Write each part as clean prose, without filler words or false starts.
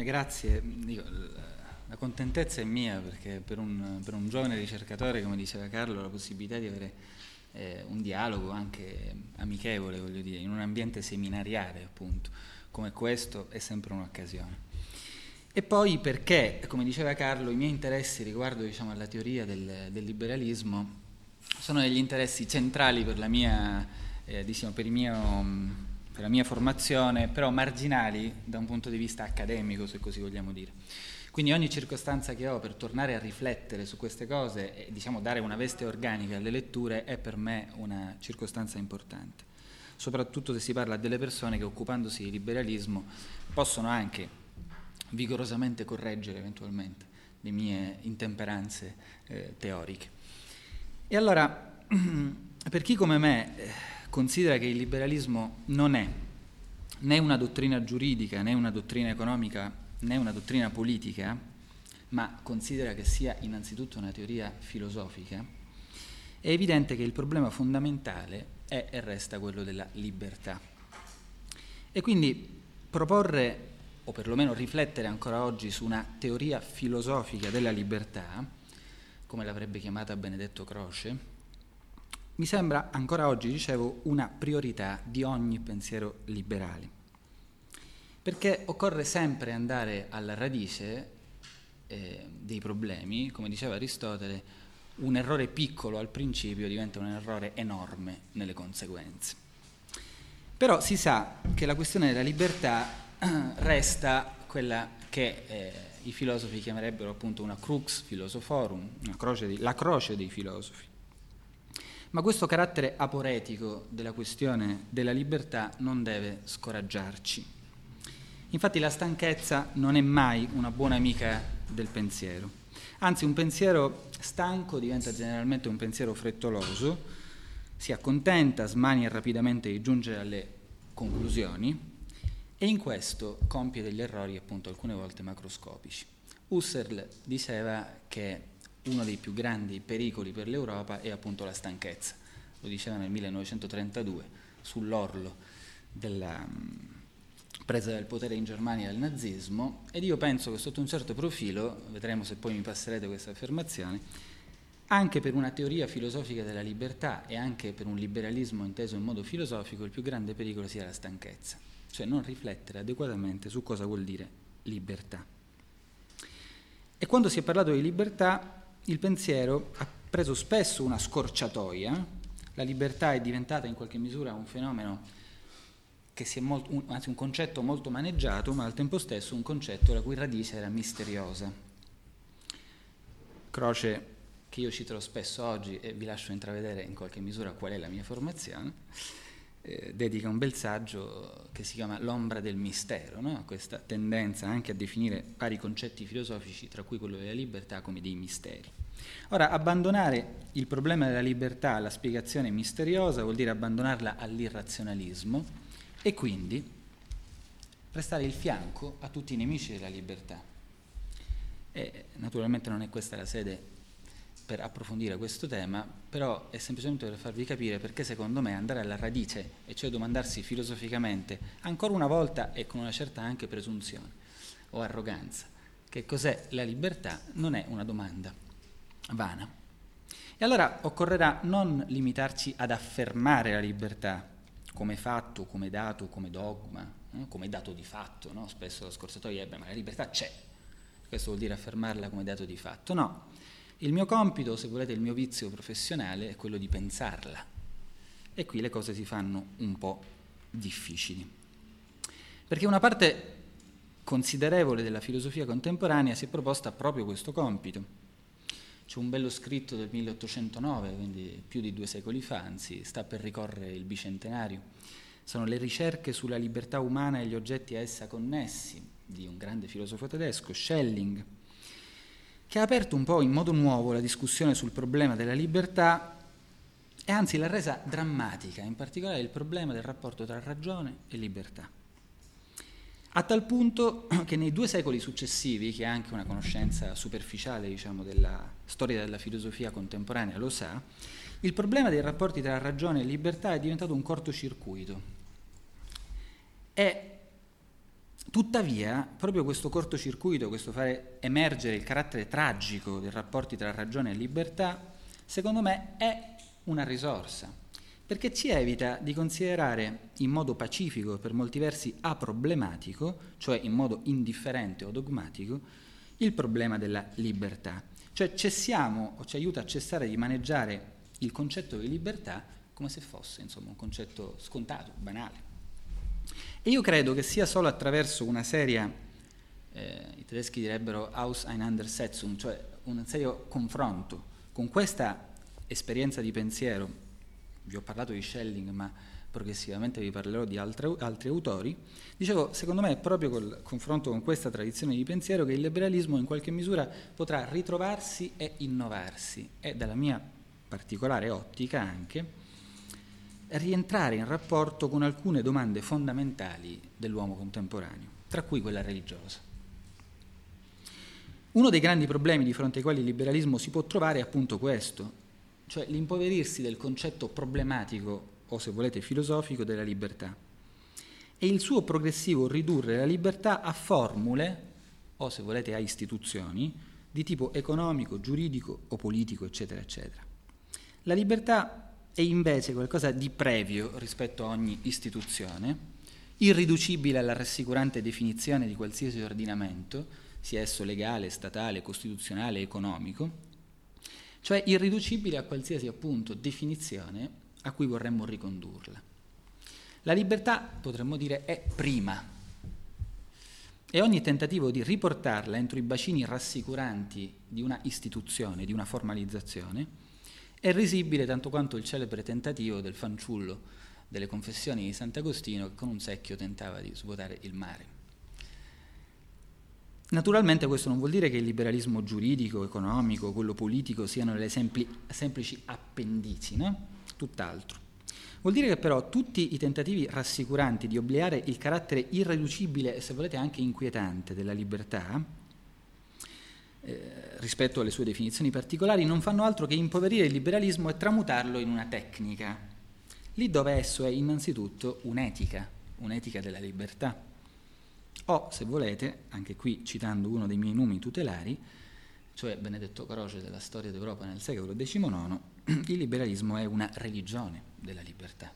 grazie. La contentezza è mia perché per un giovane ricercatore, come diceva Carlo, la possibilità di avere un dialogo anche amichevole, voglio dire, in un ambiente seminariale appunto, come questo, è sempre un'occasione. E poi perché, come diceva Carlo, i miei interessi riguardo alla teoria del liberalismo sono degli interessi centrali per la mia, per la mia formazione, però marginali da un punto di vista accademico, se così vogliamo dire. Quindi ogni circostanza che ho per tornare a riflettere su queste cose e dare una veste organica alle letture è per me una circostanza importante, soprattutto se si parla delle persone che, occupandosi di liberalismo, possono anche vigorosamente correggere eventualmente le mie intemperanze teoriche. E allora, per chi come me considera che il liberalismo non è né una dottrina giuridica, né una dottrina economica, né una dottrina politica, ma considera che sia innanzitutto una teoria filosofica, è evidente che il problema fondamentale è e resta quello della libertà. E quindi proporre, o perlomeno riflettere ancora oggi su una teoria filosofica della libertà, come l'avrebbe chiamata Benedetto Croce, mi sembra ancora oggi, dicevo, una priorità di ogni pensiero liberale. Perché occorre sempre andare alla radice dei problemi. Come diceva Aristotele, un errore piccolo al principio diventa un errore enorme nelle conseguenze. Però si sa che la questione della libertà resta quella che i filosofi chiamerebbero appunto una crux philosophorum, la croce dei filosofi. Ma questo carattere aporetico della questione della libertà non deve scoraggiarci. Infatti la stanchezza non è mai una buona amica del pensiero. Anzi, un pensiero stanco diventa generalmente un pensiero frettoloso, si accontenta, smania rapidamente di giungere alle conclusioni e in questo compie degli errori appunto alcune volte macroscopici. Husserl diceva che uno dei più grandi pericoli per l'Europa è appunto la stanchezza. Lo diceva nel 1932 sull'orlo della presa del potere in Germania dal nazismo, ed io penso che sotto un certo profilo, vedremo se poi mi passerete questa affermazione, anche per una teoria filosofica della libertà e anche per un liberalismo inteso in modo filosofico, il più grande pericolo sia la stanchezza, cioè non riflettere adeguatamente su cosa vuol dire libertà. E quando si è parlato di libertà, il pensiero ha preso spesso una scorciatoia. La libertà è diventata in qualche misura un fenomeno che si è un concetto molto maneggiato, ma al tempo stesso un concetto la cui radice era misteriosa. Croce, che io citerò spesso oggi e vi lascio intravedere in qualche misura qual è la mia formazione, dedica un bel saggio che si chiama L'ombra del mistero, no? Questa tendenza anche a definire vari concetti filosofici, tra cui quello della libertà, come dei misteri. Ora, abbandonare il problema della libertà alla spiegazione misteriosa vuol dire abbandonarla all'irrazionalismo e quindi prestare il fianco a tutti i nemici della libertà. E naturalmente non è questa la sede per approfondire questo tema, però è semplicemente per farvi capire perché secondo me andare alla radice, e cioè domandarsi filosoficamente, ancora una volta e con una certa anche presunzione o arroganza, che cos'è la libertà, non è una domanda vana. E allora occorrerà non limitarci ad affermare la libertà come fatto, come dato, come dogma, come dato di fatto, no? Spesso la scorsatoia è, ma la libertà c'è, questo vuol dire affermarla come dato di fatto. No, il mio compito, se volete il mio vizio professionale, è quello di pensarla, e qui le cose si fanno un po' difficili, perché una parte considerevole della filosofia contemporanea si è proposta proprio questo compito. C'è un bello scritto del 1809, quindi più di 2 secoli fa, anzi sta per ricorrere il bicentenario. Sono le ricerche sulla libertà umana e gli oggetti a essa connessi, di un grande filosofo tedesco, Schelling, che ha aperto un po' in modo nuovo la discussione sul problema della libertà e anzi l'ha resa drammatica, in particolare il problema del rapporto tra ragione e libertà. A tal punto che nei 2 secoli successivi, che ha anche una conoscenza superficiale, della storia della filosofia contemporanea, lo sa, il problema dei rapporti tra ragione e libertà è diventato un cortocircuito. E Tuttavia, proprio questo cortocircuito, questo fare emergere il carattere tragico dei rapporti tra ragione e libertà, secondo me è una risorsa, perché ci evita di considerare in modo pacifico e per molti versi aproblematico, cioè in modo indifferente o dogmatico, il problema della libertà. Cioè cessiamo o ci aiuta a cessare di maneggiare il concetto di libertà come se fosse, insomma, un concetto scontato, banale. E io credo che sia solo attraverso una seria, i tedeschi direbbero Auseinandersetzung, cioè un serio confronto con questa esperienza di pensiero. Vi ho parlato di Schelling, ma progressivamente vi parlerò di altri autori. Dicevo, secondo me è proprio col confronto con questa tradizione di pensiero che il liberalismo in qualche misura potrà ritrovarsi e innovarsi e, dalla mia particolare ottica anche, rientrare in rapporto con alcune domande fondamentali dell'uomo contemporaneo, tra cui quella religiosa. Uno dei grandi problemi di fronte ai quali il liberalismo si può trovare è appunto questo, cioè l'impoverirsi del concetto problematico o, se volete, filosofico della libertà e il suo progressivo ridurre la libertà a formule o, se volete, a istituzioni di tipo economico, giuridico o politico, eccetera, eccetera. La libertà è invece qualcosa di previo rispetto a ogni istituzione, irriducibile alla rassicurante definizione di qualsiasi ordinamento, sia esso legale, statale, costituzionale, economico, cioè irriducibile a qualsiasi, appunto, definizione a cui vorremmo ricondurla. La libertà, potremmo dire, è prima, e ogni tentativo di riportarla entro i bacini rassicuranti di una istituzione, di una formalizzazione, è risibile tanto quanto il celebre tentativo del fanciullo delle Confessioni di Sant'Agostino che con un secchio tentava di svuotare il mare. Naturalmente questo non vuol dire che il liberalismo giuridico, economico, quello politico siano delle semplici appendici, no? Tutt'altro. Vuol dire che però tutti i tentativi rassicuranti di obliare il carattere irriducibile e, se volete, anche inquietante della libertà rispetto alle sue definizioni particolari non fanno altro che impoverire il liberalismo e tramutarlo in una tecnica, lì dove esso è innanzitutto un'etica della libertà. O, se volete, anche qui citando uno dei miei numi tutelari, cioè Benedetto Croce della Storia d'Europa nel secolo XIX, il liberalismo è una religione della libertà.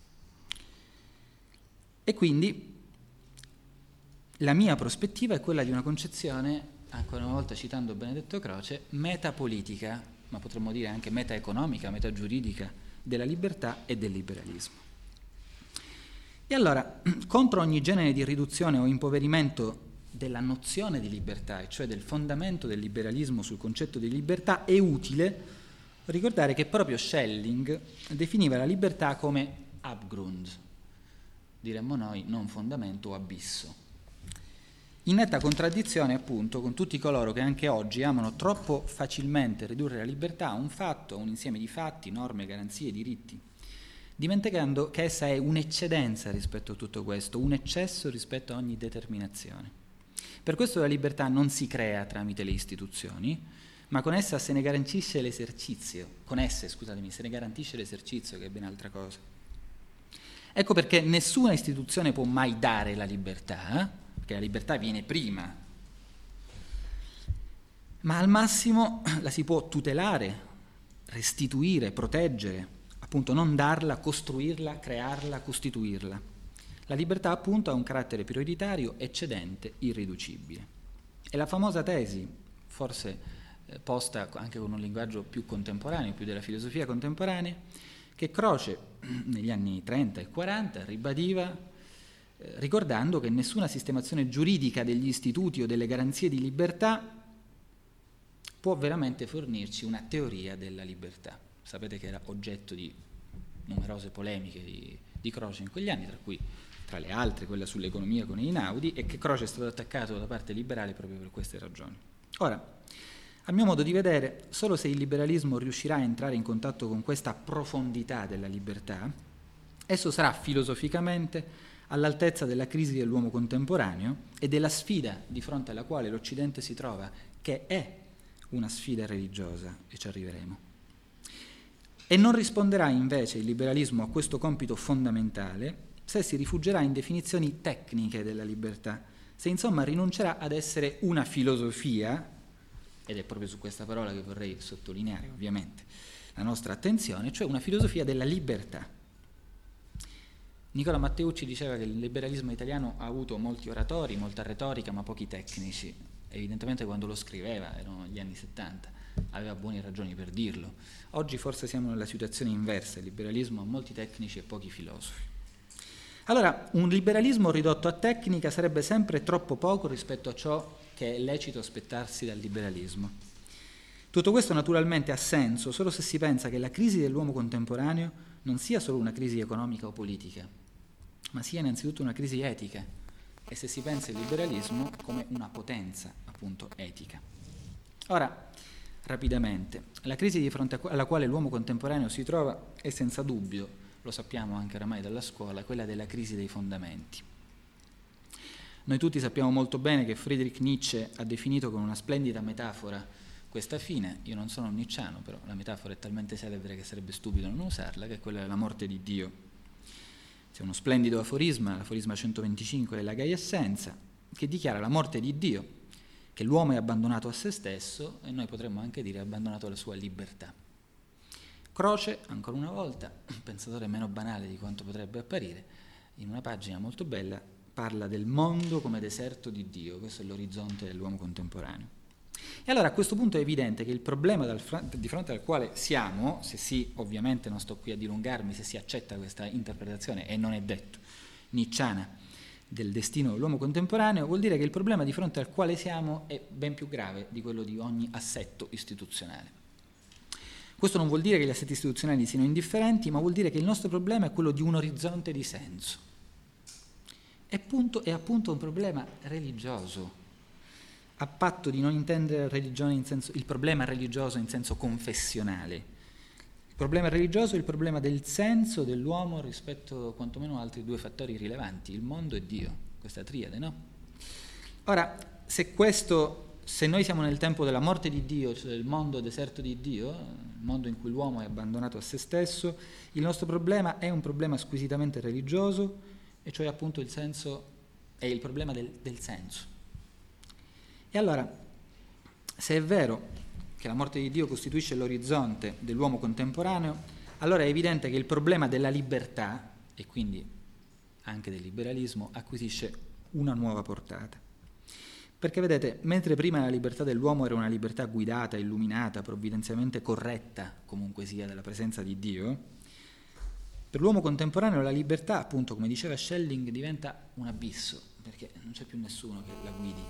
E quindi la mia prospettiva è quella di una concezione, ancora una volta citando Benedetto Croce, metapolitica, ma potremmo dire anche metaeconomica, metagiuridica della libertà e del liberalismo. E allora, contro ogni genere di riduzione o impoverimento della nozione di libertà, e cioè del fondamento del liberalismo sul concetto di libertà, è utile ricordare che proprio Schelling definiva la libertà come Abgrund, diremmo noi non fondamento o abisso, in netta contraddizione appunto con tutti coloro che anche oggi amano troppo facilmente ridurre la libertà a un fatto, a un insieme di fatti, norme, garanzie, diritti, dimenticando che essa è un'eccedenza rispetto a tutto questo, un eccesso rispetto a ogni determinazione. Per questo la libertà non si crea tramite le istituzioni, ma con essa se ne garantisce l'esercizio, se ne garantisce l'esercizio, che è ben altra cosa. Ecco perché nessuna istituzione può mai dare la libertà, perché la libertà viene prima, ma al massimo la si può tutelare, restituire, proteggere, appunto non darla, costruirla, crearla, costituirla. La libertà appunto ha un carattere prioritario, eccedente, irriducibile. E la famosa tesi, forse posta anche con un linguaggio più contemporaneo, più della filosofia contemporanea, che Croce negli anni 30 e 40 ribadiva ricordando che nessuna sistemazione giuridica degli istituti o delle garanzie di libertà può veramente fornirci una teoria della libertà. Sapete che era oggetto di numerose polemiche di Croce in quegli anni, tra le altre quella sull'economia con Einaudi, e che Croce è stato attaccato da parte liberale proprio per queste ragioni. Ora, a mio modo di vedere, solo se il liberalismo riuscirà a entrare in contatto con questa profondità della libertà, esso sarà filosoficamente all'altezza della crisi dell'uomo contemporaneo e della sfida di fronte alla quale l'Occidente si trova, che è una sfida religiosa, e ci arriveremo. E non risponderà invece il liberalismo a questo compito fondamentale se si rifugerà in definizioni tecniche della libertà, se insomma rinuncerà ad essere una filosofia, ed è proprio su questa parola che vorrei sottolineare ovviamente la nostra attenzione, cioè una filosofia della libertà. Nicola Matteucci diceva che il liberalismo italiano ha avuto molti oratori, molta retorica, ma pochi tecnici. Evidentemente quando lo scriveva, erano gli anni 70, aveva buone ragioni per dirlo. Oggi forse siamo nella situazione inversa, il liberalismo ha molti tecnici e pochi filosofi. Allora, un liberalismo ridotto a tecnica sarebbe sempre troppo poco rispetto a ciò che è lecito aspettarsi dal liberalismo. Tutto questo naturalmente ha senso solo se si pensa che la crisi dell'uomo contemporaneo non sia solo una crisi economica o politica, ma sia innanzitutto una crisi etica, e se si pensa al liberalismo come una potenza, appunto, etica. Ora, rapidamente, la crisi di fronte alla quale l'uomo contemporaneo si trova è senza dubbio, lo sappiamo anche oramai dalla scuola, quella della crisi dei fondamenti. Noi tutti sappiamo molto bene che Friedrich Nietzsche ha definito con una splendida metafora questa fine. Io non sono un nicciano, però la metafora è talmente celebre che sarebbe stupido non usarla, che è quella della morte di Dio. C'è uno splendido aforisma, l'aforisma 125 della Gaia Essenza, che dichiara la morte di Dio, che l'uomo è abbandonato a se stesso, e noi potremmo anche dire abbandonato alla sua libertà. Croce, ancora una volta, un pensatore meno banale di quanto potrebbe apparire, in una pagina molto bella parla del mondo come deserto di Dio. Questo è l'orizzonte dell'uomo contemporaneo. E allora a questo punto è evidente che il problema di fronte al quale siamo, se si, ovviamente non sto qui a dilungarmi, se si accetta questa interpretazione, e non è detto, nietzschiana, del destino dell'uomo contemporaneo, vuol dire che il problema di fronte al quale siamo è ben più grave di quello di ogni assetto istituzionale. Questo non vuol dire che gli assetti istituzionali siano indifferenti, ma vuol dire che il nostro problema è quello di un orizzonte di senso. È appunto un problema religioso, a patto di non intendere religione il problema religioso in senso confessionale. Il problema religioso è il problema del senso dell'uomo rispetto quantomeno a altri due fattori rilevanti, il mondo e Dio, questa triade, no? Ora, se noi siamo nel tempo della morte di Dio, cioè del mondo deserto di Dio, il mondo in cui l'uomo è abbandonato a se stesso, il nostro problema è un problema squisitamente religioso, e cioè appunto il senso è il problema del senso. E allora, se è vero che la morte di Dio costituisce l'orizzonte dell'uomo contemporaneo, allora è evidente che il problema della libertà, e quindi anche del liberalismo, acquisisce una nuova portata. Perché vedete, mentre prima la libertà dell'uomo era una libertà guidata, illuminata, provvidenzialmente corretta, comunque sia, dalla presenza di Dio, per l'uomo contemporaneo la libertà, appunto, come diceva Schelling, diventa un abisso, perché non c'è più nessuno che la guidi.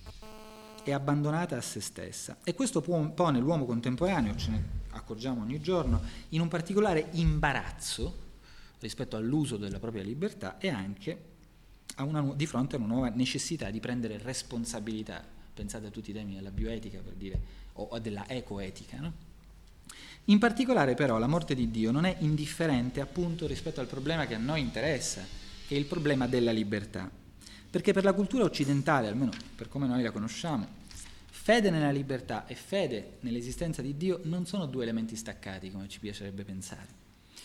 È abbandonata a se stessa. E questo pone l'uomo contemporaneo, ce ne accorgiamo ogni giorno, in un particolare imbarazzo rispetto all'uso della propria libertà e anche di fronte a una nuova necessità di prendere responsabilità. Pensate a tutti i temi della bioetica, per dire, o della ecoetica, no? In particolare però la morte di Dio non è indifferente appunto rispetto al problema che a noi interessa, che è il problema della libertà. Perché per la cultura occidentale, almeno per come noi la conosciamo, fede nella libertà e fede nell'esistenza di Dio non sono due elementi staccati, come ci piacerebbe pensare.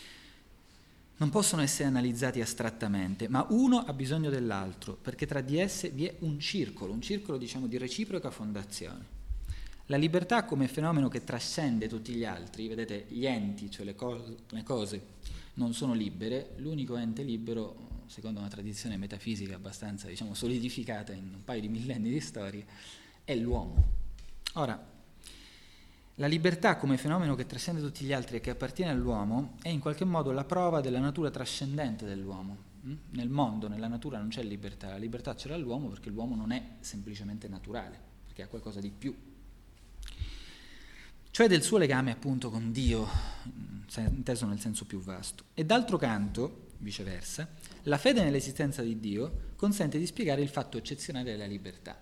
Non possono essere analizzati astrattamente, ma uno ha bisogno dell'altro, perché tra di esse vi è un circolo diciamo di reciproca fondazione. La libertà come fenomeno che trascende tutti gli altri, vedete, gli enti, cioè le cose non sono libere, l'unico ente libero, secondo una tradizione metafisica abbastanza, diciamo, solidificata in un paio di millenni di storia, è l'uomo. Ora, la libertà come fenomeno che trascende tutti gli altri e che appartiene all'uomo è in qualche modo la prova della natura trascendente dell'uomo. Nel mondo, nella natura non c'è libertà, la libertà ce l'ha l'uomo perché l'uomo non è semplicemente naturale, perché ha qualcosa di più. Cioè del suo legame appunto con Dio, inteso nel senso più vasto. E d'altro canto, viceversa, la fede nell'esistenza di Dio consente di spiegare il fatto eccezionale della libertà.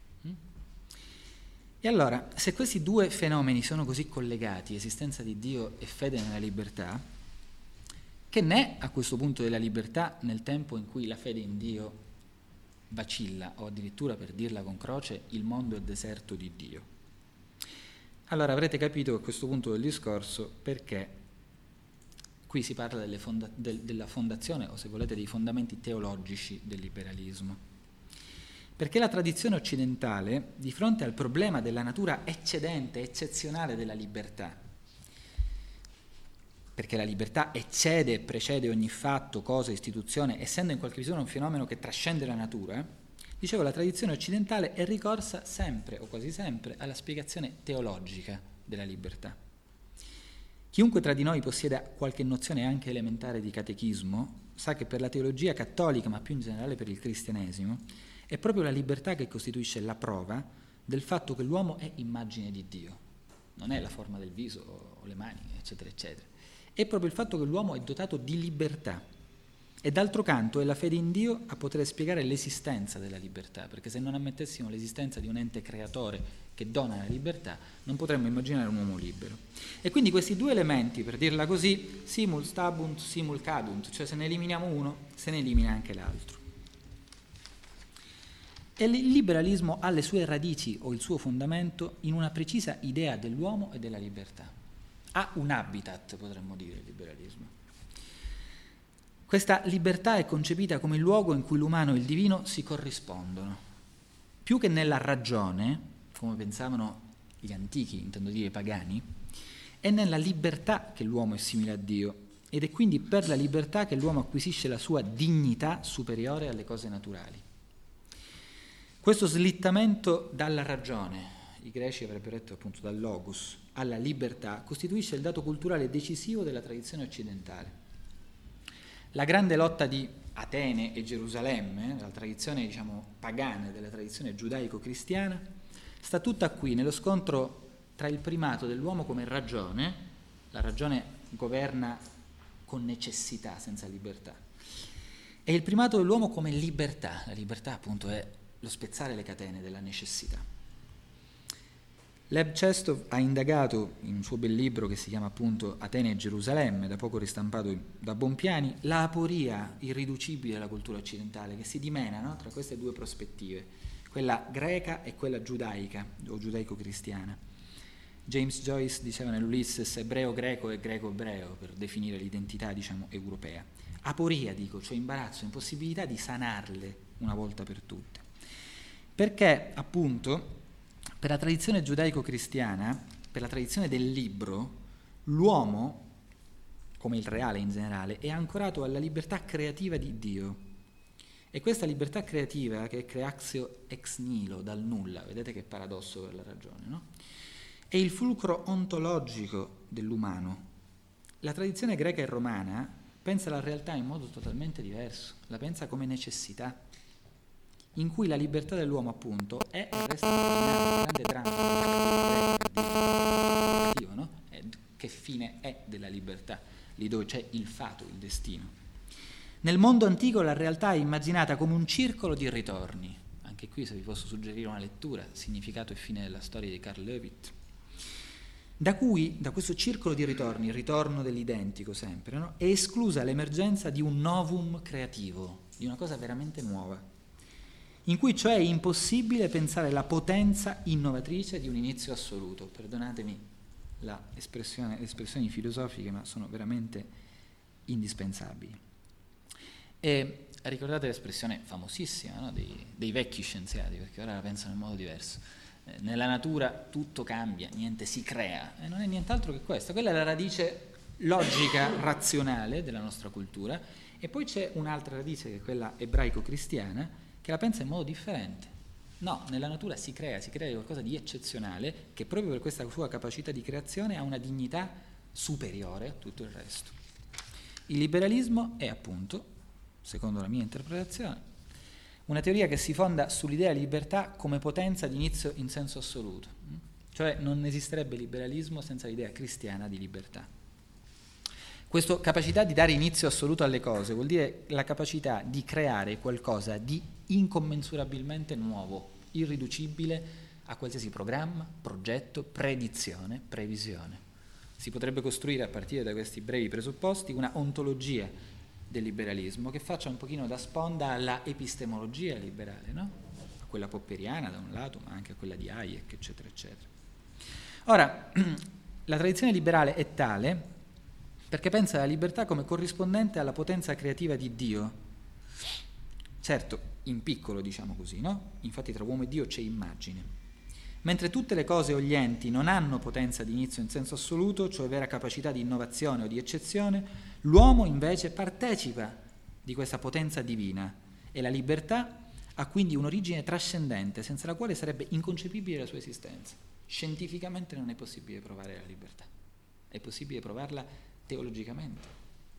E allora, se questi due fenomeni sono così collegati, esistenza di Dio e fede nella libertà, che n'è a questo punto della libertà nel tempo in cui la fede in Dio vacilla, o addirittura, per dirla con Croce, il mondo è deserto di Dio? Allora avrete capito a questo punto del discorso perché qui si parla della fondazione, o se volete dei fondamenti teologici del liberalismo. Perché la tradizione occidentale, di fronte al problema della natura eccedente, eccezionale della libertà, perché la libertà eccede e precede ogni fatto, cosa, istituzione, essendo in qualche misura un fenomeno che trascende la natura, dicevo, la tradizione occidentale è ricorsa sempre, o quasi sempre, alla spiegazione teologica della libertà. Chiunque tra di noi possieda qualche nozione anche elementare di catechismo sa che per la teologia cattolica, ma più in generale per il cristianesimo, è proprio la libertà che costituisce la prova del fatto che l'uomo è immagine di Dio. Non è la forma del viso o le mani, eccetera, eccetera. È proprio il fatto che l'uomo è dotato di libertà. E d'altro canto è la fede in Dio a poter spiegare l'esistenza della libertà, perché se non ammettessimo l'esistenza di un ente creatore che dona la libertà, non potremmo immaginare un uomo libero. E quindi questi due elementi, per dirla così, simul stabunt, simul cadunt, cioè se ne eliminiamo uno, se ne elimina anche l'altro. E il liberalismo ha le sue radici o il suo fondamento in una precisa idea dell'uomo e della libertà. Ha un habitat, potremmo dire, il liberalismo. Questa libertà è concepita come il luogo in cui l'umano e il divino si corrispondono. Più che nella ragione, come pensavano gli antichi, intendo dire i pagani, è nella libertà che l'uomo è simile a Dio ed è quindi per la libertà che l'uomo acquisisce la sua dignità superiore alle cose naturali. Questo slittamento dalla ragione, i greci avrebbero detto appunto dal logos, alla libertà, costituisce il dato culturale decisivo della tradizione occidentale. La grande lotta di Atene e Gerusalemme, la tradizione pagana della tradizione giudaico-cristiana, sta tutta qui, nello scontro tra il primato dell'uomo come ragione, la ragione governa con necessità, senza libertà, e il primato dell'uomo come libertà, la libertà appunto è lo spezzare le catene della necessità. Lev Chestov ha indagato in un suo bel libro che si chiama appunto Atene e Gerusalemme, da poco ristampato da Bompiani, la aporia irriducibile della cultura occidentale che si dimena, no, tra queste due prospettive, quella greca e quella giudaica o giudaico-cristiana. James Joyce diceva nell'Ulysses ebreo-greco e greco-ebreo per definire l'identità europea. Aporia, cioè imbarazzo, impossibilità di sanarle una volta per tutte. Perché appunto per la tradizione giudaico-cristiana, per la tradizione del libro, l'uomo, come il reale in generale, è ancorato alla libertà creativa di Dio. E questa libertà creativa, che è creatio ex nihilo, dal nulla, vedete che paradosso per la ragione, no? È il fulcro ontologico dell'umano. La tradizione greca e romana pensa la realtà in modo totalmente diverso, la pensa come necessità, in cui la libertà dell'uomo appunto è e resta il grande dramma del Dio, no? Che fine è della libertà, lì dove c'è il fato, il destino. Nel mondo antico la realtà è immaginata come un circolo di ritorni. Anche qui, se vi posso suggerire una lettura, significato e fine della storia di Karl Löwit, da cui, da questo circolo di ritorni, il ritorno dell'identico sempre, no? È esclusa l'emergenza di un novum creativo, di una cosa veramente nuova, in cui cioè è impossibile pensare la potenza innovatrice di un inizio assoluto. Perdonatemi le espressioni filosofiche, ma sono veramente indispensabili. E ricordate l'espressione famosissima, no? dei vecchi scienziati, perché ora la pensano in modo diverso. Nella natura tutto cambia, niente si crea, e non è nient'altro che questo. Quella è la radice logica, razionale della nostra cultura, e poi c'è un'altra radice che è quella ebraico-cristiana, che la pensa in modo differente. No, nella natura si crea qualcosa di eccezionale che proprio per questa sua capacità di creazione ha una dignità superiore a tutto il resto. Il liberalismo è appunto, secondo la mia interpretazione, una teoria che si fonda sull'idea di libertà come potenza di inizio in senso assoluto, cioè non esisterebbe liberalismo senza l'idea cristiana di libertà. Questa capacità di dare inizio assoluto alle cose vuol dire la capacità di creare qualcosa di incommensurabilmente nuovo, irriducibile a qualsiasi programma, progetto, predizione, previsione. Si potrebbe costruire a partire da questi brevi presupposti una ontologia del liberalismo che faccia un pochino da sponda alla epistemologia liberale, no? A quella popperiana da un lato, ma anche a quella di Hayek, eccetera, eccetera. Ora, la tradizione liberale è tale perché pensa alla libertà come corrispondente alla potenza creativa di Dio. Certo, in piccolo, diciamo così, no? Infatti tra uomo e Dio c'è immagine. Mentre tutte le cose o gli enti non hanno potenza di inizio in senso assoluto, cioè vera capacità di innovazione o di eccezione, l'uomo invece partecipa di questa potenza divina e la libertà ha quindi un'origine trascendente, senza la quale sarebbe inconcepibile la sua esistenza. Scientificamente non è possibile provare la libertà, è possibile provarla teologicamente.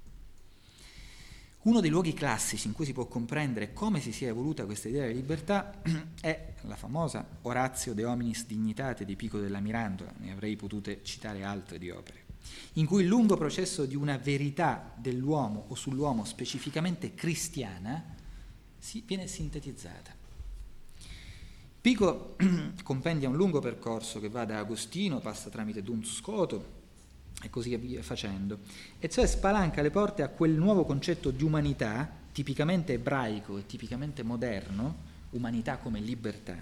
Uno dei luoghi classici in cui si può comprendere come si sia evoluta questa idea di libertà è la famosa Oratio de hominis dignitate di Pico della Mirandola, ne avrei potute citare altre di opere, in cui il lungo processo di una verità dell'uomo o sull'uomo specificamente cristiana viene sintetizzata. Pico compendia un lungo percorso che va da Agostino, passa tramite Duns Scoto e così via facendo, e cioè spalanca le porte a quel nuovo concetto di umanità tipicamente ebraico e tipicamente moderno, umanità come libertà,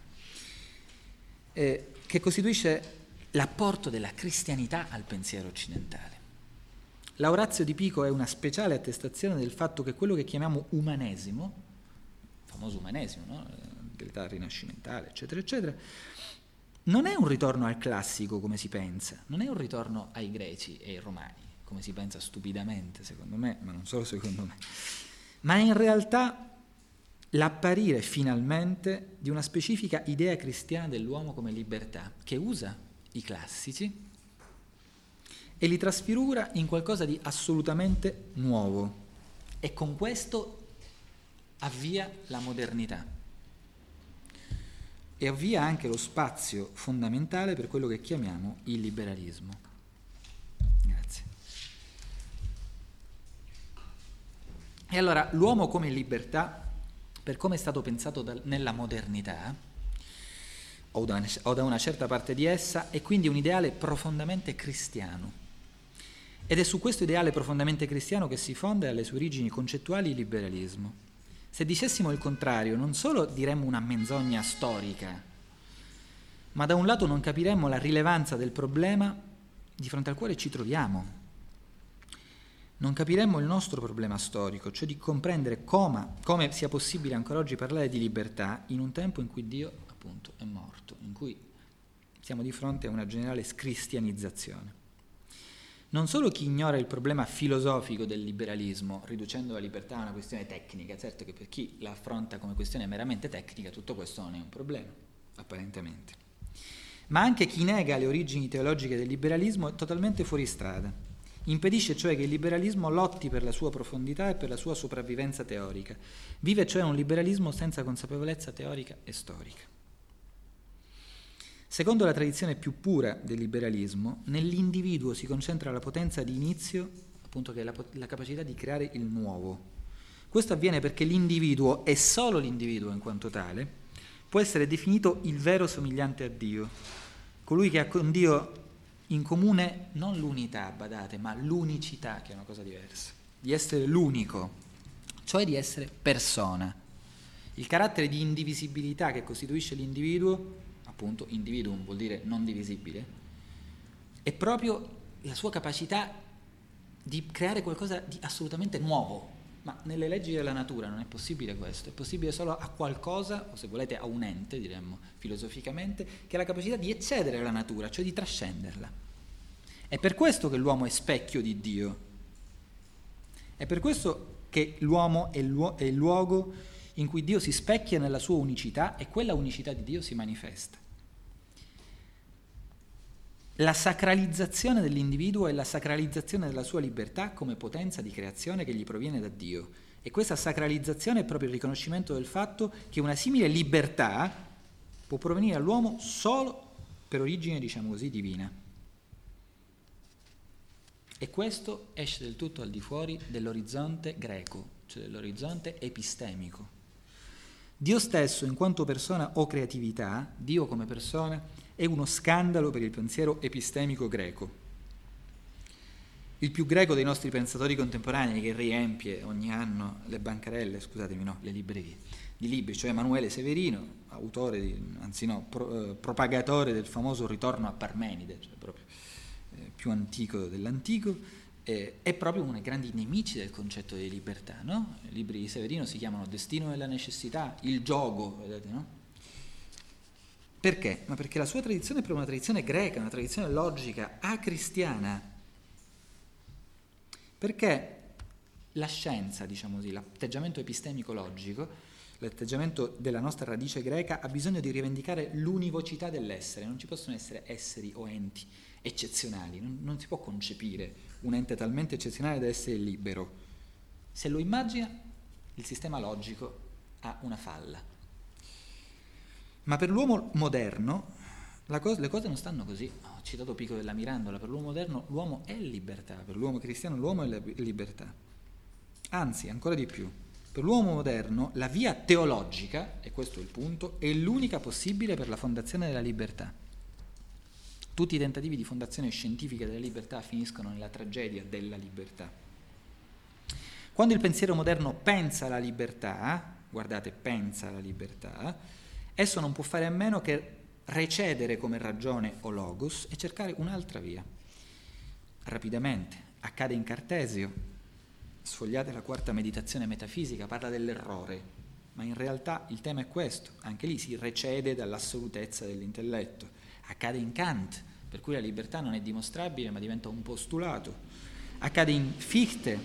che costituisce l'apporto della cristianità al pensiero occidentale. La Oratio di Pico è una speciale attestazione del fatto che quello che chiamiamo umanesimo, il famoso umanesimo, no? Dell'età rinascimentale, eccetera, eccetera, non è un ritorno al classico come si pensa, non è un ritorno ai greci e ai romani, come si pensa stupidamente, secondo me, ma non solo secondo me, ma è in realtà l'apparire finalmente di una specifica idea cristiana dell'uomo come libertà, che usa i classici e li trasfigura in qualcosa di assolutamente nuovo, e con questo avvia la modernità. E avvia anche lo spazio fondamentale per quello che chiamiamo il liberalismo. Grazie. E allora l'uomo come libertà, per come è stato pensato nella modernità, o da una certa parte di essa, è quindi un ideale profondamente cristiano. Ed è su questo ideale profondamente cristiano che si fonda alle sue origini concettuali il liberalismo. Se dicessimo il contrario, non solo diremmo una menzogna storica, ma da un lato non capiremmo la rilevanza del problema di fronte al quale ci troviamo. Non capiremmo il nostro problema storico, cioè di comprendere come sia possibile ancora oggi parlare di libertà in un tempo in cui Dio, appunto, è morto, in cui siamo di fronte a una generale scristianizzazione. Non solo chi ignora il problema filosofico del liberalismo, riducendo la libertà a una questione tecnica, certo che per chi la affronta come questione meramente tecnica tutto questo non è un problema, apparentemente, ma anche chi nega le origini teologiche del liberalismo è totalmente fuori strada. Impedisce cioè che il liberalismo lotti per la sua profondità e per la sua sopravvivenza teorica. Vive cioè un liberalismo senza consapevolezza teorica e storica. Secondo la tradizione più pura del liberalismo, nell'individuo si concentra la potenza di inizio, appunto, che è la capacità di creare il nuovo. Questo avviene perché l'individuo, e solo l'individuo in quanto tale, può essere definito il vero somigliante a Dio, colui che ha con Dio in comune non l'unità, badate, ma l'unicità, che è una cosa diversa, di essere l'unico, cioè di essere persona. Il carattere di indivisibilità che costituisce l'individuo, appunto, individuum vuol dire non divisibile, è proprio la sua capacità di creare qualcosa di assolutamente nuovo, ma nelle leggi della natura non è possibile questo, è possibile solo a qualcosa, o se volete a un ente, diremmo filosoficamente, che ha la capacità di eccedere alla natura, cioè di trascenderla. È per questo che l'uomo è specchio di Dio, è per questo che l'uomo è il luogo in cui Dio si specchia nella sua unicità e quella unicità di Dio si manifesta. La sacralizzazione dell'individuo è la sacralizzazione della sua libertà come potenza di creazione che gli proviene da Dio. E questa sacralizzazione è proprio il riconoscimento del fatto che una simile libertà può provenire all'uomo solo per origine, diciamo così, divina. E questo esce del tutto al di fuori dell'orizzonte greco, cioè dell'orizzonte epistemico. Dio stesso, in quanto persona o creatività, Dio come persona, è uno scandalo per il pensiero epistemico greco. Il più greco dei nostri pensatori contemporanei, che riempie ogni anno le bancarelle, le librerie di libri, cioè Emanuele Severino, autore, propagatore del famoso ritorno a Parmenide, cioè proprio più antico dell'antico, è proprio uno dei grandi nemici del concetto di libertà, no? I libri di Severino si chiamano Destino della necessità, il giogo, vedete, no? Perché? Ma perché la sua tradizione è proprio una tradizione greca, una tradizione logica, acristiana. Perché la scienza, diciamo così, l'atteggiamento epistemico logico, l'atteggiamento della nostra radice greca ha bisogno di rivendicare l'univocità dell'essere. Non ci possono essere esseri o enti eccezionali, non si può concepire un ente talmente eccezionale da essere libero. Se lo immagina, il sistema logico ha una falla. Ma per l'uomo moderno le cose non stanno così. Ho citato Pico della Mirandola, per l'uomo moderno l'uomo è libertà, per l'uomo cristiano l'uomo è libertà. Anzi, ancora di più, per l'uomo moderno la via teologica, e questo è il punto, è l'unica possibile per la fondazione della libertà. Tutti i tentativi di fondazione scientifica della libertà finiscono nella tragedia della libertà. Quando il pensiero moderno pensa alla libertà, guardate, pensa alla libertà, esso non può fare a meno che recedere come ragione o logos e cercare un'altra via. Rapidamente, accade in Cartesio, sfogliate la quarta meditazione metafisica, parla dell'errore, ma in realtà il tema è questo, anche lì si recede dall'assolutezza dell'intelletto. Accade in Kant, per cui la libertà non è dimostrabile ma diventa un postulato. Accade in Fichte,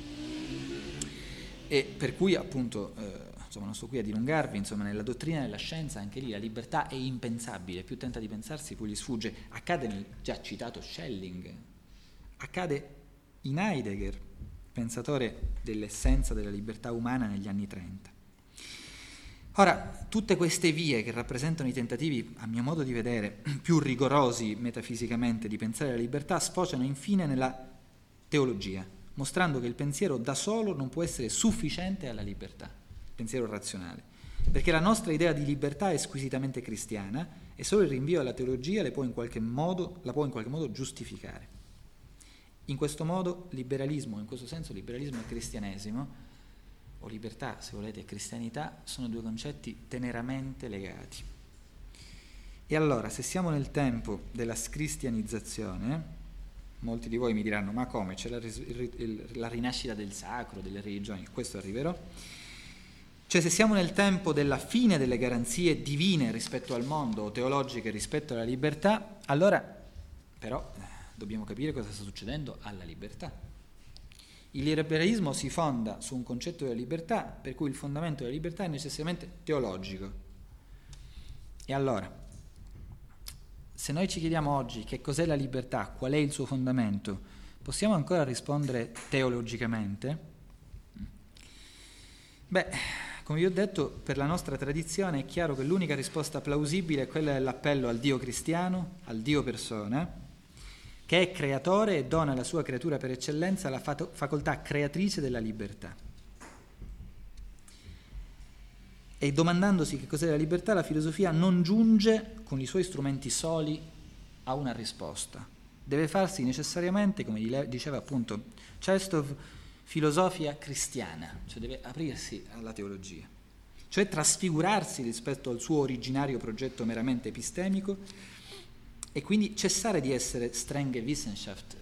e per cui appunto non sto qui a dilungarvi, insomma, nella dottrina della scienza anche lì la libertà è impensabile, più tenta di pensarsi più gli sfugge. Accade nel già citato Schelling, accade in Heidegger, pensatore dell'essenza della libertà umana negli anni 30. Ora, tutte queste vie che rappresentano i tentativi, a mio modo di vedere, più rigorosi metafisicamente di pensare la libertà, sfociano infine nella teologia, mostrando che il pensiero da solo non può essere sufficiente alla libertà. Pensiero razionale, perché la nostra idea di libertà è squisitamente cristiana e solo il rinvio alla teologia la può in qualche modo giustificare. In questo modo liberalismo, in questo senso liberalismo e cristianesimo, o libertà se volete e cristianità, sono due concetti teneramente legati. E allora, se siamo nel tempo della scristianizzazione, molti di voi mi diranno, ma come? C'è la rinascita del sacro, delle religioni, a questo arriverò. Cioè, se siamo nel tempo della fine delle garanzie divine rispetto al mondo o teologiche rispetto alla libertà, allora però dobbiamo capire cosa sta succedendo alla libertà. Il liberalismo si fonda su un concetto della libertà per cui il fondamento della libertà è necessariamente teologico. E allora, se noi ci chiediamo oggi che cos'è la libertà, qual è il suo fondamento, possiamo ancora rispondere teologicamente? Beh, come vi ho detto, per la nostra tradizione è chiaro che l'unica risposta plausibile è quella dell'appello al Dio cristiano, al Dio persona, che è creatore e dona alla sua creatura per eccellenza la facoltà creatrice della libertà. E domandandosi che cos'è la libertà, la filosofia non giunge con i suoi strumenti soli a una risposta. Deve farsi necessariamente, come diceva appunto Chestov, filosofia cristiana, cioè deve aprirsi alla teologia, cioè trasfigurarsi rispetto al suo originario progetto meramente epistemico e quindi cessare di essere strenge Wissenschaft,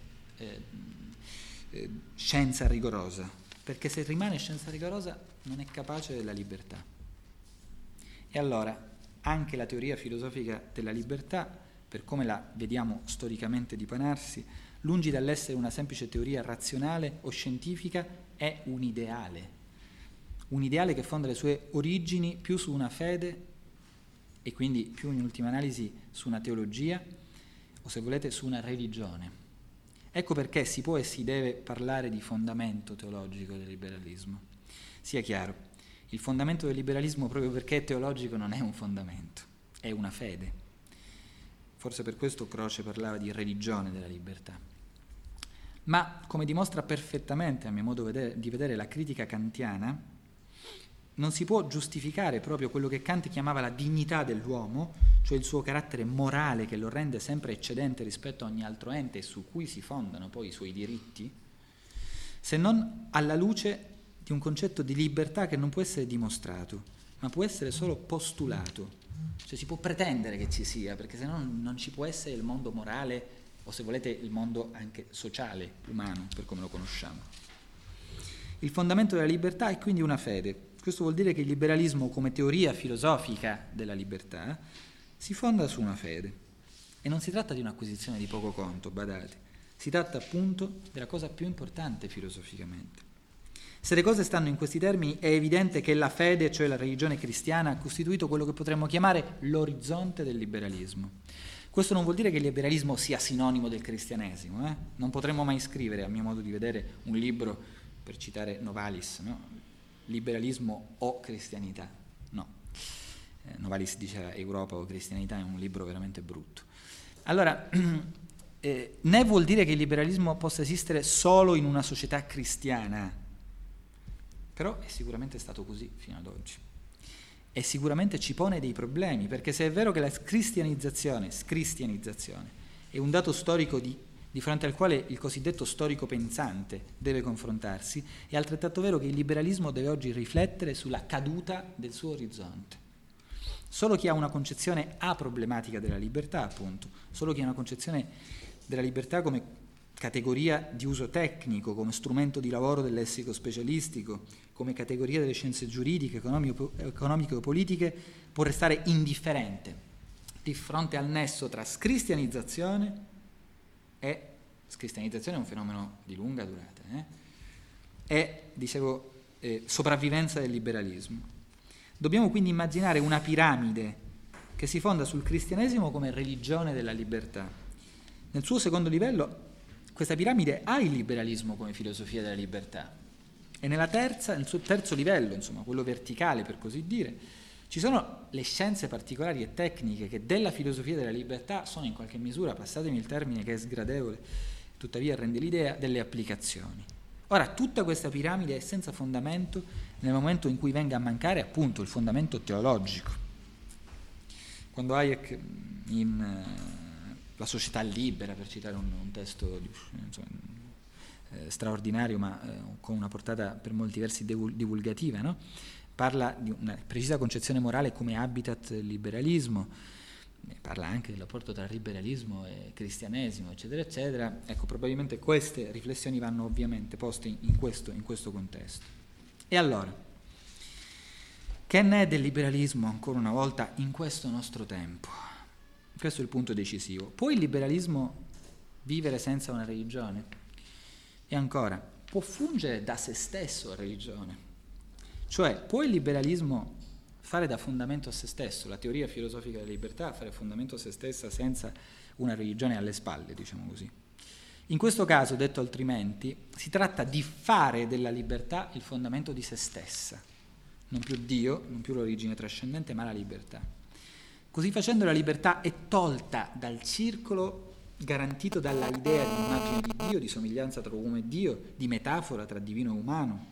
scienza rigorosa, perché se rimane scienza rigorosa non è capace della libertà. E allora anche la teoria filosofica della libertà, per come la vediamo storicamente dipanarsi, lungi dall'essere una semplice teoria razionale o scientifica, è un ideale che fonda le sue origini più su una fede e quindi più in ultima analisi su una teologia o se volete su una religione. Ecco perché si può e si deve parlare di fondamento teologico del liberalismo. Sia chiaro, il fondamento del liberalismo proprio perché è teologico non è un fondamento, è una fede. Forse per questo Croce parlava di religione della libertà. Ma, come dimostra perfettamente, a mio modo di vedere, la critica kantiana, non si può giustificare proprio quello che Kant chiamava la dignità dell'uomo, cioè il suo carattere morale che lo rende sempre eccedente rispetto a ogni altro ente e su cui si fondano poi i suoi diritti, se non alla luce di un concetto di libertà che non può essere dimostrato, ma può essere solo postulato. Cioè si può pretendere che ci sia, perché se no non ci può essere il mondo morale o se volete il mondo anche sociale, umano, per come lo conosciamo. Il fondamento della libertà è quindi una fede. Questo vuol dire che il liberalismo, come teoria filosofica della libertà, si fonda su una fede. E non si tratta di un'acquisizione di poco conto, badate. Si tratta appunto della cosa più importante filosoficamente. Se le cose stanno in questi termini, è evidente che la fede, cioè la religione cristiana, ha costituito quello che potremmo chiamare l'orizzonte del liberalismo. Questo non vuol dire che il liberalismo sia sinonimo del cristianesimo. Non potremmo mai scrivere, a mio modo di vedere, un libro, per citare Novalis, no? Liberalismo o cristianità. No. Novalis dice Europa o cristianità, è un libro veramente brutto. Allora, né vuol dire che il liberalismo possa esistere solo in una società cristiana, però è sicuramente stato così fino ad oggi. E sicuramente ci pone dei problemi, perché se è vero che la scristianizzazione è un dato storico di fronte al quale il cosiddetto storico pensante deve confrontarsi, è altrettanto vero che il liberalismo deve oggi riflettere sulla caduta del suo orizzonte. Solo chi ha una concezione aproblematica della libertà, appunto, solo chi ha una concezione della libertà come categoria di uso tecnico, come strumento di lavoro del lessico specialistico, come categoria delle scienze giuridiche, economiche o politiche, può restare indifferente di fronte al nesso tra scristianizzazione e scristianizzazione è un fenomeno di lunga durata, e, sopravvivenza del liberalismo. Dobbiamo quindi immaginare una piramide che si fonda sul cristianesimo come religione della libertà. Nel suo secondo livello questa piramide ha il liberalismo come filosofia della libertà e nel suo terzo livello, insomma quello verticale per così dire, ci sono le scienze particolari e tecniche che della filosofia della libertà sono in qualche misura, passatemi il termine che è sgradevole, tuttavia rende l'idea, delle applicazioni. Ora, tutta questa piramide è senza fondamento nel momento in cui venga a mancare appunto il fondamento teologico. Quando Hayek in La società libera, per citare un testo straordinario ma con una portata per molti versi divulgativa, no? Parla di una precisa concezione morale come habitat del liberalismo, parla anche del rapporto tra liberalismo e cristianesimo, eccetera, eccetera. Ecco, probabilmente queste riflessioni vanno ovviamente poste in questo contesto. E allora, che ne è del liberalismo, ancora una volta, in questo nostro tempo? Questo è il punto decisivo. Può il liberalismo vivere senza una religione? E ancora, può fungere da se stesso la religione? Cioè, può il liberalismo fare da fondamento a se stesso, la teoria filosofica della libertà, fare fondamento a se stessa senza una religione alle spalle, diciamo così? In questo caso, detto altrimenti, si tratta di fare della libertà il fondamento di se stessa, non più Dio, non più l'origine trascendente, ma la libertà. Così facendo la libertà è tolta dal circolo garantito dalla idea di immagine di Dio, di somiglianza tra uomo e Dio, di metafora tra divino e umano,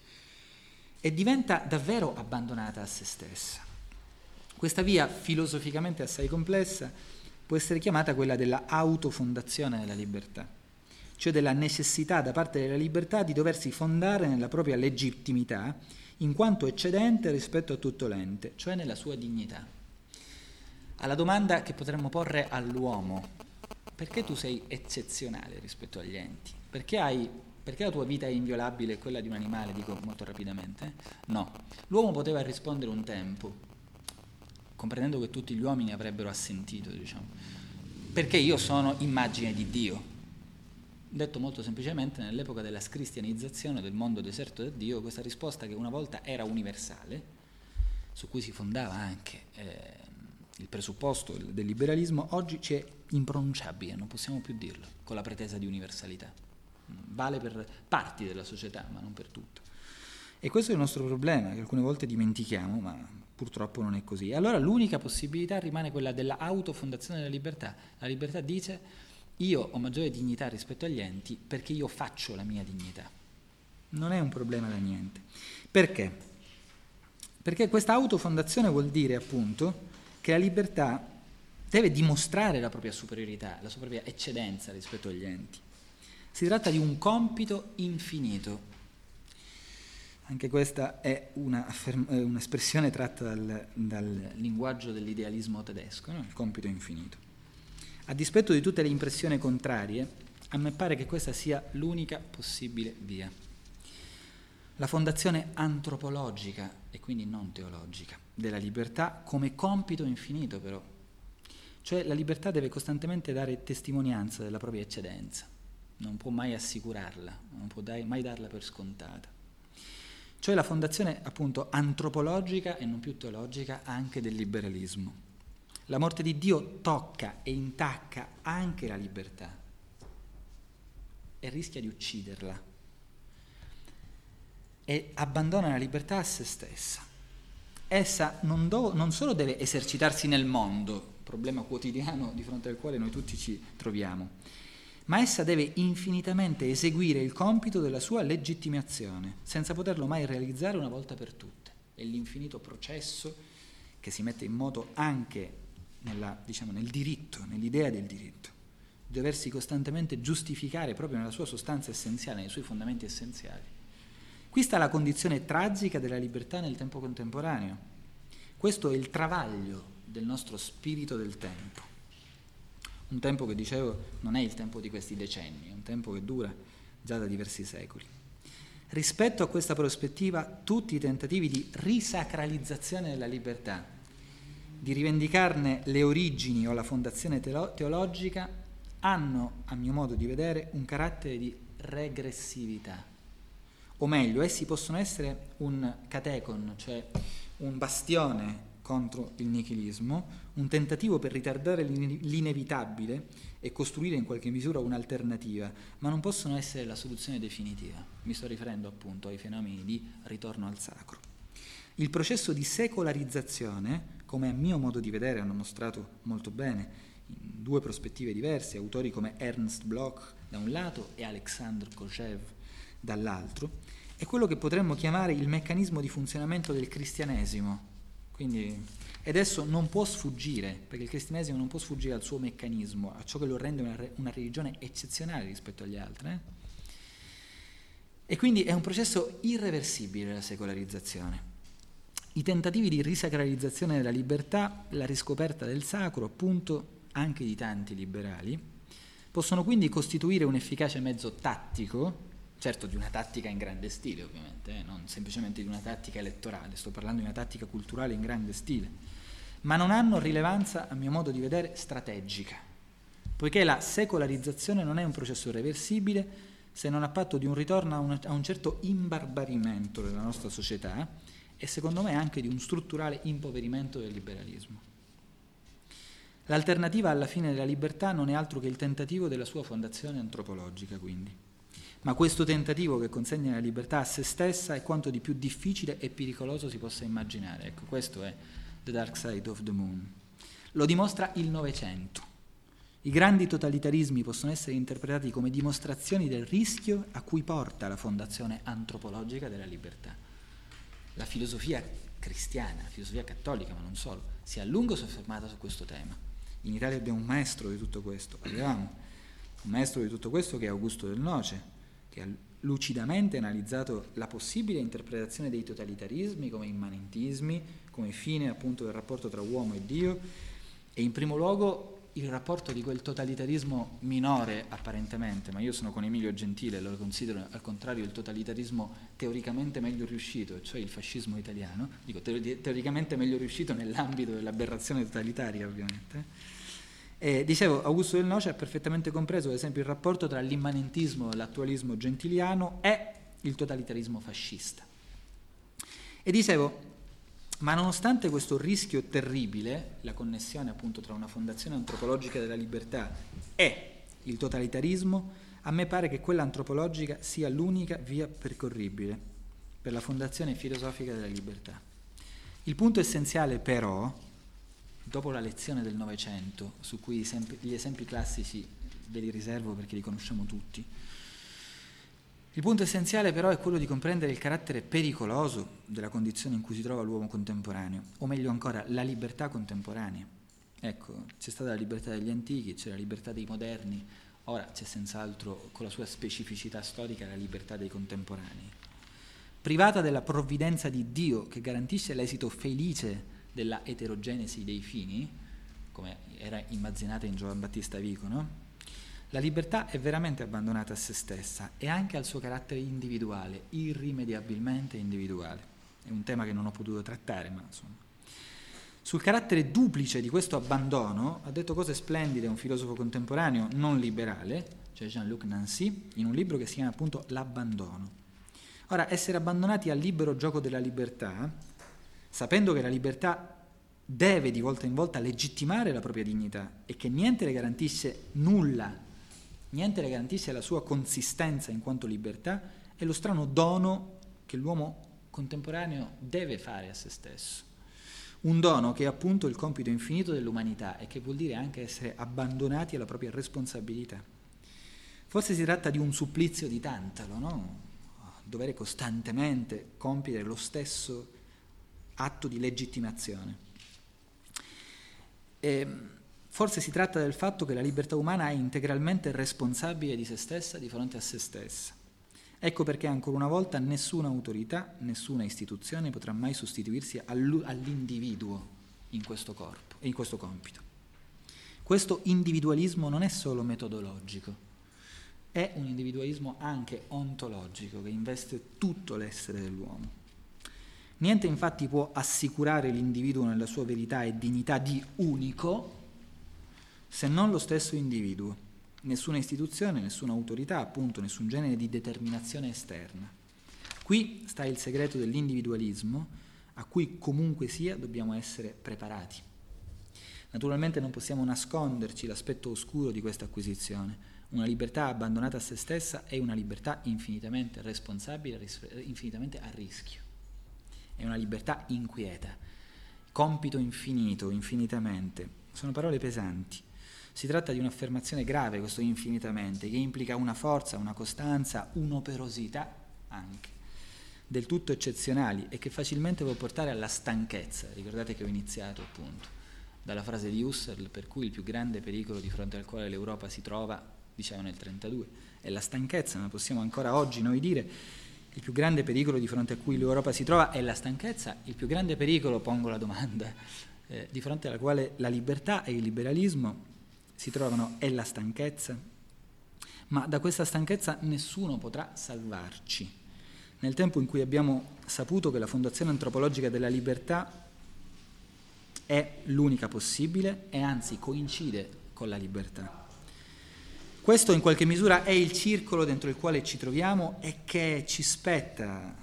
e diventa davvero abbandonata a se stessa. Questa via, filosoficamente assai complessa, può essere chiamata quella della autofondazione della libertà, cioè della necessità da parte della libertà di doversi fondare nella propria legittimità, in quanto eccedente rispetto a tutto l'ente, cioè nella sua dignità. Alla domanda che potremmo porre all'uomo: perché tu sei eccezionale rispetto agli enti? Perché la tua vita è inviolabile e quella di un animale, dico molto rapidamente? No. L'uomo poteva rispondere un tempo, comprendendo che tutti gli uomini avrebbero assentito, diciamo, perché io sono immagine di Dio. Detto molto semplicemente, nell'epoca della scristianizzazione del mondo deserto da Dio, questa risposta, che una volta era universale, su cui si fondava anche il presupposto del liberalismo, oggi c'è impronunciabile, non possiamo più dirlo, con la pretesa di universalità. Vale per parti della società, ma non per tutto. E questo è il nostro problema, che alcune volte dimentichiamo, ma purtroppo non è così. E allora l'unica possibilità rimane quella della autofondazione della libertà. La libertà dice: io ho maggiore dignità rispetto agli enti perché io faccio la mia dignità. Non è un problema da niente. Perché? Perché questa autofondazione vuol dire appunto che la libertà deve dimostrare la propria superiorità, la sua propria eccedenza rispetto agli enti. Si tratta di un compito infinito. Anche questa è un'espressione tratta dal linguaggio dell'idealismo tedesco, no? Il compito infinito. A dispetto di tutte le impressioni contrarie, a me pare che questa sia l'unica possibile via. La fondazione antropologica, e quindi non teologica, della libertà come compito infinito però. Cioè la libertà deve costantemente dare testimonianza della propria eccedenza, non può mai assicurarla, non può mai darla per scontata. Cioè la fondazione appunto antropologica e non più teologica anche del liberalismo. La morte di Dio tocca e intacca anche la libertà e rischia di ucciderla e abbandona la libertà a se stessa. Essa non solo deve esercitarsi nel mondo, problema quotidiano di fronte al quale noi tutti ci troviamo, ma essa deve infinitamente eseguire il compito della sua legittimazione, senza poterlo mai realizzare una volta per tutte. È l'infinito processo che si mette in moto anche nel diritto, nell'idea del diritto, di doversi costantemente giustificare proprio nella sua sostanza essenziale, nei suoi fondamenti essenziali. Qui sta la condizione tragica della libertà nel tempo contemporaneo. Questo è il travaglio del nostro spirito del tempo. Un tempo che, dicevo, non è il tempo di questi decenni, è un tempo che dura già da diversi secoli. Rispetto a questa prospettiva, tutti i tentativi di risacralizzazione della libertà, di rivendicarne le origini o la fondazione teologica, hanno, a mio modo di vedere, un carattere di regressività. O meglio, essi possono essere un catechon, cioè un bastione contro il nichilismo, un tentativo per ritardare l'inevitabile e costruire in qualche misura un'alternativa, ma non possono essere la soluzione definitiva. Mi sto riferendo appunto ai fenomeni di ritorno al sacro. Il processo di secolarizzazione, come a mio modo di vedere hanno mostrato molto bene in due prospettive diverse, autori come Ernst Bloch da un lato e Alexandr Kojève dall'altro, è quello che potremmo chiamare il meccanismo di funzionamento del cristianesimo. Quindi, ed esso non può sfuggire, perché il cristianesimo non può sfuggire al suo meccanismo, a ciò che lo rende una religione eccezionale rispetto agli altri. E quindi è un processo irreversibile la secolarizzazione. I tentativi di risacralizzazione della libertà, la riscoperta del sacro, appunto, anche di tanti liberali, possono quindi costituire un efficace mezzo tattico, certo di una tattica in grande stile ovviamente, non semplicemente di una tattica elettorale, sto parlando di una tattica culturale in grande stile, ma non hanno rilevanza, a mio modo di vedere, strategica, poiché la secolarizzazione non è un processo reversibile se non a patto di un ritorno a un certo imbarbarimento della nostra società e secondo me anche di un strutturale impoverimento del liberalismo. L'alternativa alla fine della libertà non è altro che il tentativo della sua fondazione antropologica, quindi. Ma questo tentativo che consegna la libertà a se stessa è quanto di più difficile e pericoloso si possa immaginare. Ecco, questo è The Dark Side of the Moon. Lo dimostra il Novecento. I grandi totalitarismi possono essere interpretati come dimostrazioni del rischio a cui porta la fondazione antropologica della libertà. La filosofia cristiana, la filosofia cattolica, ma non solo, si è a lungo soffermata su questo tema. In Italia abbiamo un maestro di tutto questo, avevamo un maestro di tutto questo che è Augusto Del Noce, che ha lucidamente analizzato la possibile interpretazione dei totalitarismi come immanentismi, come fine appunto del rapporto tra uomo e Dio, e in primo luogo il rapporto di quel totalitarismo minore apparentemente, ma io sono con Emilio Gentile, lo considero al contrario il totalitarismo teoricamente meglio riuscito, cioè il fascismo italiano, dico teoricamente meglio riuscito nell'ambito dell'aberrazione totalitaria ovviamente. Dicevo, Augusto Del Noce ha perfettamente compreso ad esempio il rapporto tra l'immanentismo e l'attualismo gentiliano e il totalitarismo fascista. E dicevo, ma nonostante questo rischio terribile, la connessione appunto tra una fondazione antropologica della libertà e il totalitarismo, a me pare che quella antropologica sia l'unica via percorribile per la fondazione filosofica della libertà. Il punto essenziale però, dopo la lezione del Novecento, su cui gli esempi classici ve li riservo perché li conosciamo tutti, il punto essenziale però è quello di comprendere il carattere pericoloso della condizione in cui si trova l'uomo contemporaneo, o meglio ancora, la libertà contemporanea. Ecco, c'è stata la libertà degli antichi, c'è la libertà dei moderni, ora c'è senz'altro, con la sua specificità storica, la libertà dei contemporanei. Privata della provvidenza di Dio che garantisce l'esito felice della eterogenesi dei fini, come era immaginata in Giovan Battista Vico, no? La libertà è veramente abbandonata a se stessa e anche al suo carattere individuale, irrimediabilmente individuale. È un tema che non ho potuto trattare, ma insomma. Sul carattere duplice di questo abbandono ha detto cose splendide un filosofo contemporaneo non liberale, cioè Jean-Luc Nancy, in un libro che si chiama appunto L'abbandono. Ora, essere abbandonati al libero gioco della libertà, sapendo che la libertà deve di volta in volta legittimare la propria dignità e che niente le garantisce nulla, niente le garantisce la sua consistenza in quanto libertà, è lo strano dono che l'uomo contemporaneo deve fare a se stesso. Un dono che è appunto il compito infinito dell'umanità e che vuol dire anche essere abbandonati alla propria responsabilità. Forse si tratta di un supplizio di Tantalo, no? Dover costantemente compiere lo stesso atto di legittimazione. Forse si tratta del fatto che la libertà umana è integralmente responsabile di se stessa di fronte a se stessa. Ecco perché ancora una volta nessuna autorità, nessuna istituzione potrà mai sostituirsi all'individuo in questo corpo e in questo compito. Questo individualismo non è solo metodologico, è un individualismo anche ontologico che investe tutto l'essere dell'uomo. Niente infatti può assicurare l'individuo nella sua verità e dignità di unico se non lo stesso individuo. Nessuna istituzione, nessuna autorità, appunto, nessun genere di determinazione esterna. Qui sta il segreto dell'individualismo, a cui comunque sia dobbiamo essere preparati. Naturalmente non possiamo nasconderci l'aspetto oscuro di questa acquisizione. Una libertà abbandonata a se stessa è una libertà infinitamente responsabile, infinitamente a rischio. È una libertà inquieta, compito infinito, infinitamente. Sono parole pesanti. Si tratta di un'affermazione grave, questo infinitamente, che implica una forza, una costanza, un'operosità anche, del tutto eccezionali e che facilmente può portare alla stanchezza. Ricordate che ho iniziato appunto dalla frase di Husserl per cui il più grande pericolo di fronte al quale l'Europa si trova, diceva nel 1932, è la stanchezza, ma possiamo ancora oggi noi dire il più grande pericolo di fronte a cui l'Europa si trova è la stanchezza, il più grande pericolo, pongo la domanda, di fronte alla quale la libertà e il liberalismo si trovano è la stanchezza, ma da questa stanchezza nessuno potrà salvarci. Nel tempo in cui abbiamo saputo che la fondazione antropologica della libertà è l'unica possibile e anzi coincide con la libertà. Questo in qualche misura è il circolo dentro il quale ci troviamo e che ci spetta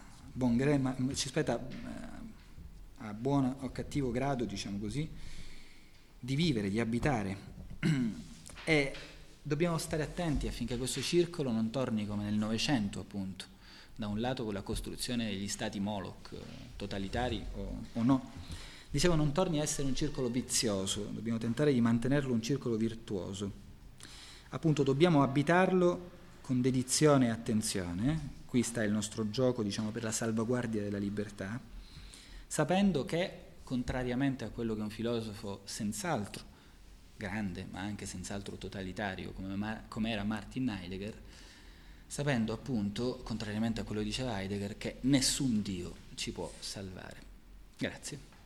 a buon o cattivo grado, diciamo così, di vivere, di abitare. E dobbiamo stare attenti affinché questo circolo non torni come nel Novecento, appunto, da un lato con la costruzione degli stati Moloch, totalitari o no. Dicevo, non torni a essere un circolo vizioso, dobbiamo tentare di mantenerlo un circolo virtuoso. Appunto, dobbiamo abitarlo con dedizione e attenzione, qui sta il nostro gioco, diciamo, per la salvaguardia della libertà, sapendo che, contrariamente a quello che un filosofo senz'altro grande, ma anche senz'altro totalitario, come era Martin Heidegger, sapendo appunto, contrariamente a quello che diceva Heidegger, che nessun Dio ci può salvare. Grazie.